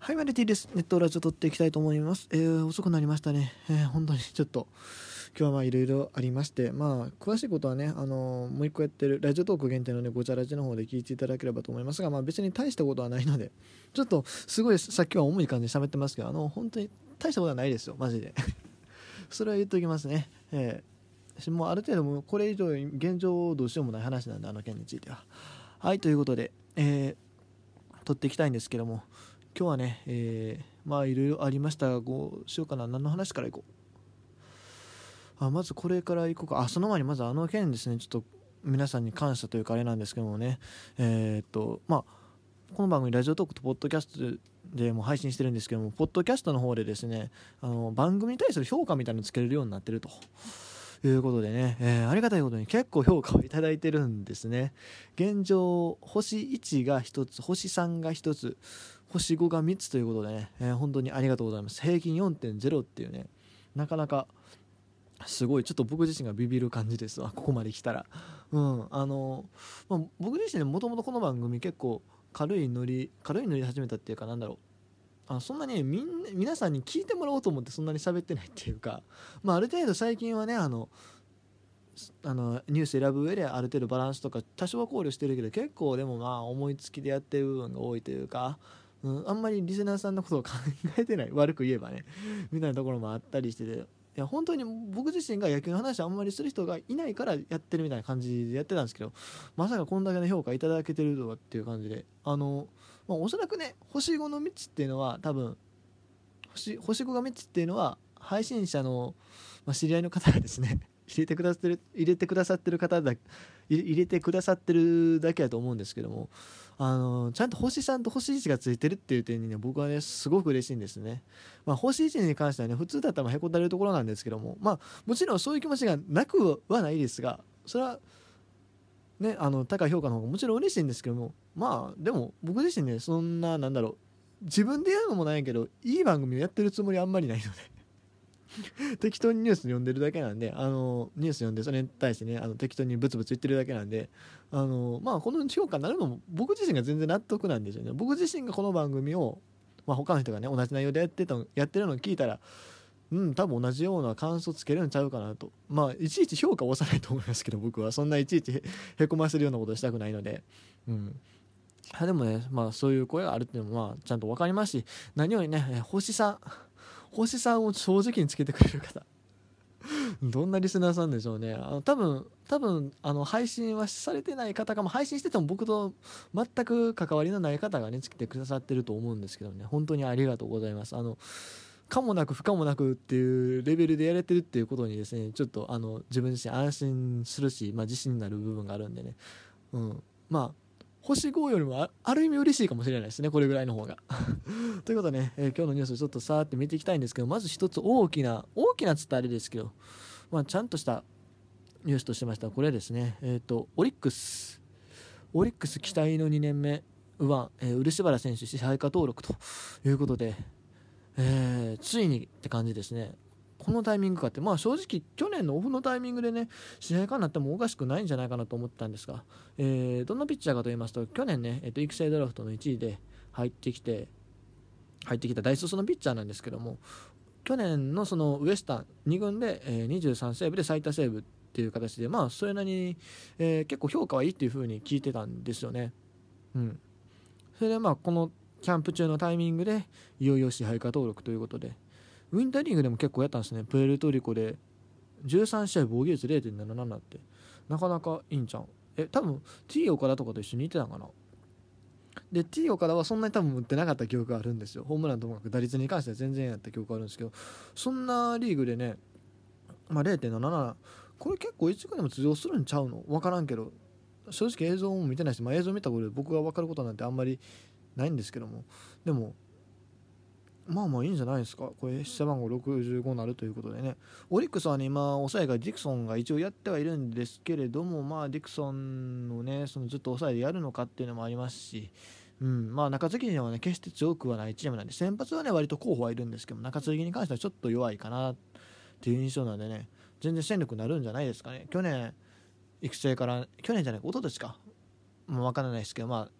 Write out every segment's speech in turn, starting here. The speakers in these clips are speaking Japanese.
はい、マルティです。ネットラジオ撮っていきたいと思います。遅くなりましたね。本当にちょっと今日はいろいろありまして、詳しいことはね、もう一個やってるラジオトーク限定のね、ごちゃラジの方で聞いていただければと思いますが、別に大したことはないので、ちょっとすごいさっきは重い感じで喋ってますけど、本当に大したことはないですよ、マジで。それは言っておきますね。もうある程度もうこれ以上現状どうしようもない話なんで、あの件については。はい、ということで、撮っていきたいんですけども、今日はね、いろいろありましたが、どうしようかな。何の話からいこう。まずこれからいこうか。その前にまずあの件ですね、ちょっと皆さんに感謝というかあれなんですけどもね、この番組ラジオトークとポッドキャストでも配信してるんですけども、ポッドキャストの方でですね、番組に対する評価みたいなのをつけれるようになってるということでね、ありがたいことに結構評価をいただいてるんですね。現状星1が1つ、星3が1つ、星5が3つということでね、本当にありがとうございます。平均 4.0 っていうね、なかなかすごい、ちょっと僕自身がビビる感じですわ、ここまで来たら。僕自身もともとこの番組結構軽いノリで始めたっていうか、そんなに皆さんに聞いてもらおうと思ってそんなに喋ってないっていうか、ある程度最近はね、ニュース選ぶ上である程度バランスとか多少は考慮してるけど、結構でも思いつきでやってる部分が多いというか、あんまりリスナーさんのことを考えてない、悪く言えばねみたいなところもあったりしてて、いや本当に僕自身が野球の話あんまりする人がいないからやってるみたいな感じでやってたんですけど、まさかこんだけの評価いただけてるとはっていう感じで、おそらくね、星5の道っていうのは多分星5が道っていうのは配信者の、知り合いの方がですね入れてくださってるだけだと思うんですけども、ちゃんと星3と星1がついてるっていう点にね、僕はねすごく嬉しいんですね。星1に関してはね、普通だったらへこたれるところなんですけども、もちろんそういう気持ちがなくはないですが、それはね、高い評価の方がもちろん嬉しいんですけども、でも僕自身ね、そんな自分で言うのもないけど、いい番組をやってるつもりあんまりないので適当にニュース読んでるだけなんで、ニュース読んでそれに対してね、適当にブツブツ言ってるだけなんで、この評価になるのも僕自身が全然納得なんですよね。僕自身がこの番組を、他の人がね同じ内容でやってるのを聞いたら、多分同じような感想つけるんちゃうかなと。いちいち評価を押さないと思いますけど、僕はそんないちいちへこませるようなことしたくないので、でもね、そういう声があるっていうのもちゃんと分かりますし、何よりね、星さんを正直につけてくれる方どんなリスナーさんでしょうね。多分配信はされてない方かも、配信してても僕と全く関わりのない方がねつけてくださってると思うんですけどね、本当にありがとうございます。可もなく不可もなくっていうレベルでやれてるっていうことにですね、ちょっと自分自身安心するし、自信になる部分があるんでね、星5よりも ある意味嬉しいかもしれないですね、これぐらいの方がということでね、今日のニュースをちょっとさーって見ていきたいんですけど、まず一つ大きなつったあれですけど、ちゃんとしたニュースとしてましたこれですね。オリックス期待の2年目右腕、漆原選手支配下登録ということで、ついにって感じですね。このタイミングかって、正直去年のオフのタイミングでね支配下になってもおかしくないんじゃないかなと思ったんですが、どんなピッチャーかと言いますと、去年ね、育成ドラフトの1位で入ってきた大卒のピッチャーなんですけども、去年のそのウエスタン2軍で、23セーブで最多セーブっていう形で、それなりに、結構評価はいいっていう風に聞いてたんですよね。それでこのキャンプ中のタイミングでいよいよ支配下登録ということで、ウィンターリーグでも結構やったんですね。プエルトリコで13試合防御率 0.77 ってなかなかいいんちゃう。多分 T 岡田とかと一緒にいてたのかな。で T 岡田はそんなに多分打ってなかった記憶があるんですよ。ホームランともかく打率に関しては全然やった記憶があるんですけど、そんなリーグでね、0.77、これ結構一軍でも通用するんちゃうの分からんけど、正直映像も見てないし、映像見たことで僕が分かることなんてあんまりないんですけども、でもいいんじゃないですか。これ背番号65になるということでね。オリックスはね、今抑えがディクソンが一応やってはいるんですけれども、ディクソンのねそのずっと抑えでやるのかっていうのもありますし、中継ぎにはね決して強くはないチームなんで、先発はね割と候補はいるんですけど、中継ぎに関してはちょっと弱いかなっていう印象なんでね、全然戦力になるんじゃないですかね。去年じゃない一昨年か分からないですけど、と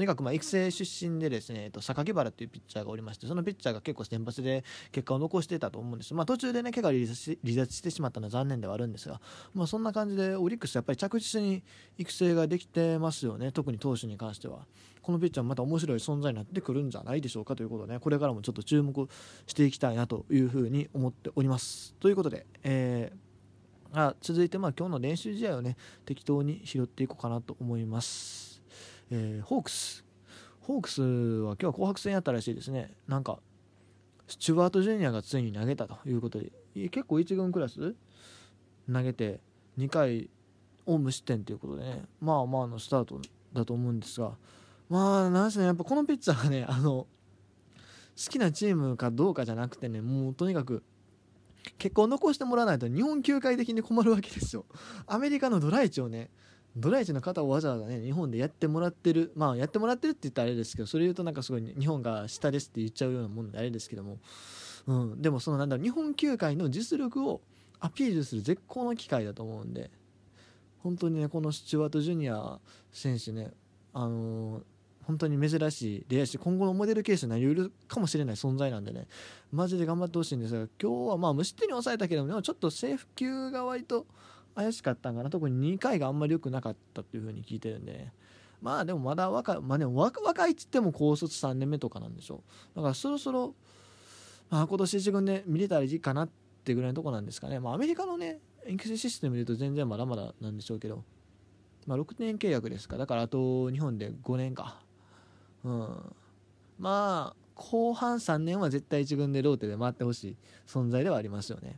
とにかく育成出身でですね、榊原っていうピッチャーがおりまして、そのピッチャーが結構先発で結果を残していたと思うんです。途中でね怪我で離脱してしまったのは残念ではあるんですが、そんな感じでオリックスやっぱり着実に育成ができてますよね。特に投手に関してはこのピッチャーもまた面白い存在になってくるんじゃないでしょうかということで、これからもちょっと注目していきたいなというふうに思っております。ということで、続いて今日の練習試合をね適当に拾っていこうかなと思います。ホークスは今日は紅白戦やったらしいですね。なんかスチュワート・ジュニアがついに投げたということで、結構1軍クラス投げて2回を無失点ということでね、のスタートだと思うんですが、なんせねやっぱこのピッチャーがね好きなチームかどうかじゃなくてね、もうとにかく結果を残してもらわないと日本球界的に困るわけですよ。アメリカのドライチの方をわざわざね日本でやってもらってる、やってもらってるって言ったらあれですけど、それ言うとなんかすごい、日本が下ですって言っちゃうようなもんであれですけども、でもその日本球界の実力をアピールする絶好の機会だと思うんで、本当にねこのスチュワート・ジュニア選手ね、本当に珍しいレアし、今後のモデルケースになりうるかもしれない存在なんでね、マジで頑張ってほしいんですが、今日は無失点に抑えたけども、でもちょっとセーフ級が割と怪しかったんかな。特に2回があんまり良くなかったっていう風に聞いてるんで、ね、でもまだ若い、でも若いっつっても高卒3年目とかなんでしょう。だからそろそろ、今年1軍で見れたらいいかなってぐらいのとこなんですかね。アメリカのね育成システムでいうと全然まだまだなんでしょうけど、6年契約ですか。だからあと日本で5年か。後半3年は絶対1軍でローテで回ってほしい存在ではありますよね。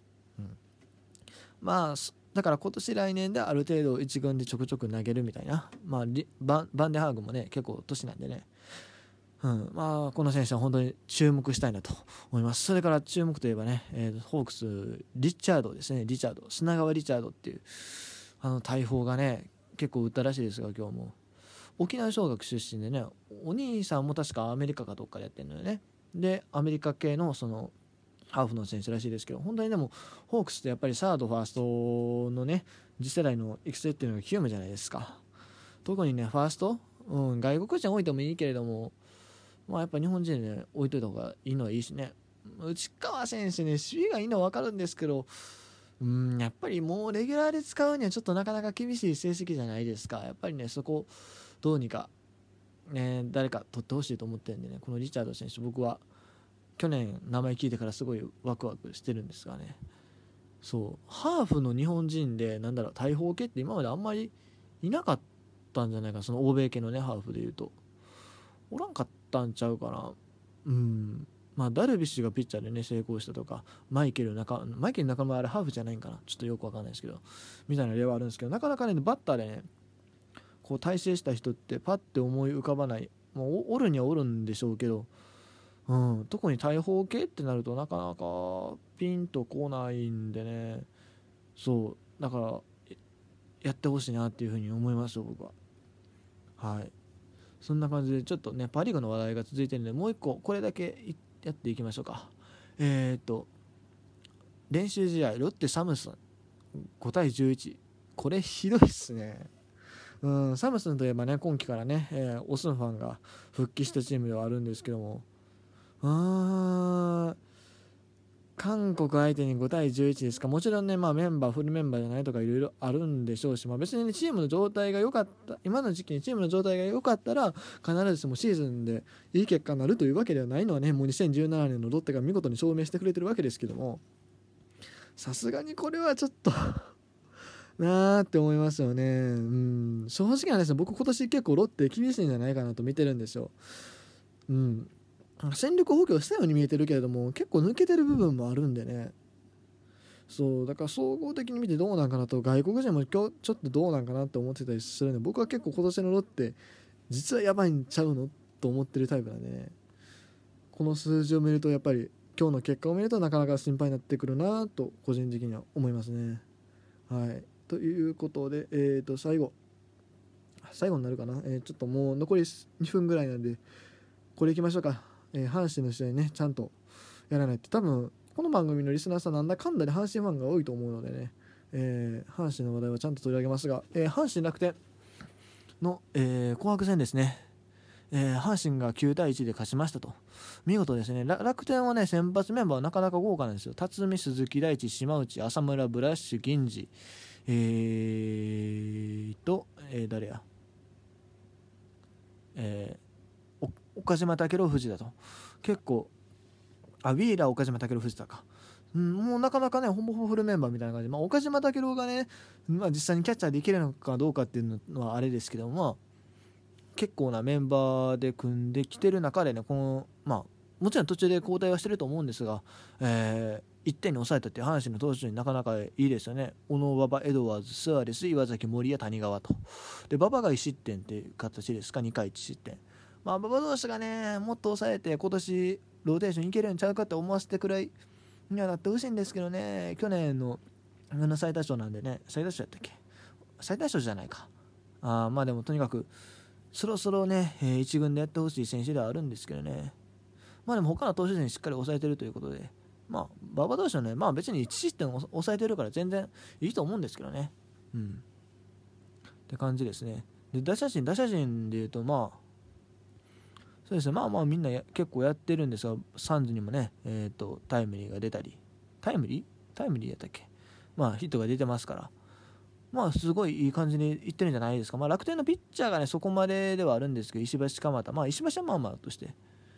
だから今年来年である程度1軍でちょくちょく投げるみたいな、バンデハーグもね結構年なんでね、この選手は本当に注目したいなと思います。それから注目といえばね、ホークスリチャードですね。砂川リチャードっていう大砲がね結構打ったらしいですが、今日も沖縄尚学出身でね、お兄さんも確かアメリカかどっかでやってるのよね。でアメリカ系のそのハーフの選手らしいですけど、本当にでもホークスってやっぱりサードファーストのね次世代の育成っていうのが清めじゃないですか。特にねファースト、外国人置いてもいいけれども、やっぱ日本人で、ね、置いといた方がいいのはいいしね。内川選手ね守備がいいのは分かるんですけど、やっぱりもうレギュラーで使うにはちょっとなかなか厳しい成績じゃないですか。やっぱりねそこどうにか、誰か取ってほしいと思ってるんでね、このリチャード選手僕は去年名前聞いてからすごいワクワクしてるんですがね。そうハーフの日本人で大砲系って今まであんまりいなかったんじゃないか。その欧米系のねハーフでいうとおらんかったんちゃうかな。ダルビッシュがピッチャーでね成功したとか、マイケル中村あれハーフじゃないんかな、ちょっとよくわかんないですけどみたいな例はあるんですけど、なかなかねバッターでねこう大成した人ってパッて思い浮かばない。おるにはおるんでしょうけど、特に大砲系ってなるとなかなかピンとこないんでね。そうだからやってほしいなっていうふうに思いますよ僕は。そんな感じでちょっとねパ・リーグの話題が続いてるので、もう一個これだけやっていきましょうか。練習試合ロッテサムスン5対11、これひどいっすね。サムスンといえばね今季からね、オスンファンが復帰したチームではあるんですけども、韓国相手に5対11ですか。もちろんね、メンバーフルメンバーじゃないとかいろいろあるんでしょうし、別に、ね、チームの状態が良かった、今の時期にチームの状態が良かったら必ずしもシーズンでいい結果になるというわけではないのはね、もう2017年のロッテが見事に証明してくれてるわけですけども、さすがにこれはちょっとなーって思いますよね。正直な話、僕今年結構ロッテ厳しいんじゃないかなと見てるんですよ。戦力補強したように見えてるけれども結構抜けてる部分もあるんでね。そうだから総合的に見てどうなんかなと、外国人も今日ちょっとどうなんかなって思ってたりするんで、僕は結構今年のロッテ実はやばいんちゃうのと思ってるタイプなんでね。この数字を見るとやっぱり今日の結果を見るとなかなか心配になってくるなと個人的には思いますね。ということで、最後になるかな、ちょっともう残り2分ぐらいなんでこれいきましょうか。阪神の試合ねちゃんとやらないと、多分この番組のリスナーさんなんだかんだで阪神ファンが多いと思うのでね、阪神の話題はちゃんと取り上げますが、阪神楽天の、紅白戦ですね。 阪神が9対1で勝ちましたと。見事ですね。楽天はね、先発メンバーはなかなか豪華なんですよ。辰巳、鈴木大地、島内、浅村、ブラッシュ、銀次、誰や、岡島武郎、藤田と。結構、ウィーラー、岡島武郎、藤田か。もうなかなかね、ほぼほぼフルメンバーみたいな感じで、岡島武郎がね、実際にキャッチャーできるのかどうかっていうのはあれですけども、結構なメンバーで組んできてる中でね、もちろん途中で交代はしてると思うんですが、1点に抑えたっていう阪神の投手になかなかいいですよね。小野、馬場、エドワーズ、スアレス、岩崎、森谷、谷川と。で、馬場が1失点っていう形ですか、2回1失点。馬場同士がね、もっと抑えて今年ローテーションいけるんちゃうかって思わせてくらいにはなってほしいんですけどね。去年の最多勝なんでね、最多勝やったっけ、最多勝じゃないか。でもとにかくそろそろね、一軍でやってほしい選手ではあるんですけどね。でも他の投手陣しっかり抑えてるということで、馬場投手はね、別に1失点を抑えてるから全然いいと思うんですけどね。って感じですね。で、打者陣でいうと、そうですね、みんな結構やってるんですが、サンズにもね、タイムリーが出たり、タイムリーやったっけ、ヒットが出てますから、すごいいい感じにいってるんじゃないですか。楽天のピッチャーがね、そこまでではあるんですけど、石橋、鎌田、石橋はとして、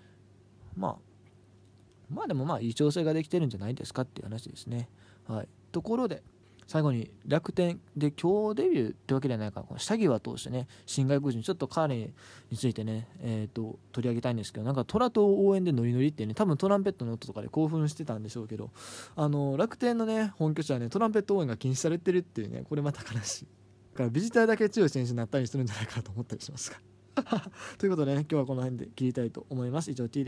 でもいい調整ができてるんじゃないですかっていう話ですね。はい。ところで、最後に楽天で今日デビューってわけではないから、この下際投手ね、新外国人、ちょっと彼についてね、取り上げたいんですけど、なんか虎と応援でノリノリってね、多分トランペットの音とかで興奮してたんでしょうけど、楽天のね、本拠地はね、トランペット応援が禁止されてるっていうね、これまた悲しい。だからビジターだけ強い選手になったりするんじゃないかと思ったりしますが。ということでね、今日はこの辺で切りたいと思います。以上、T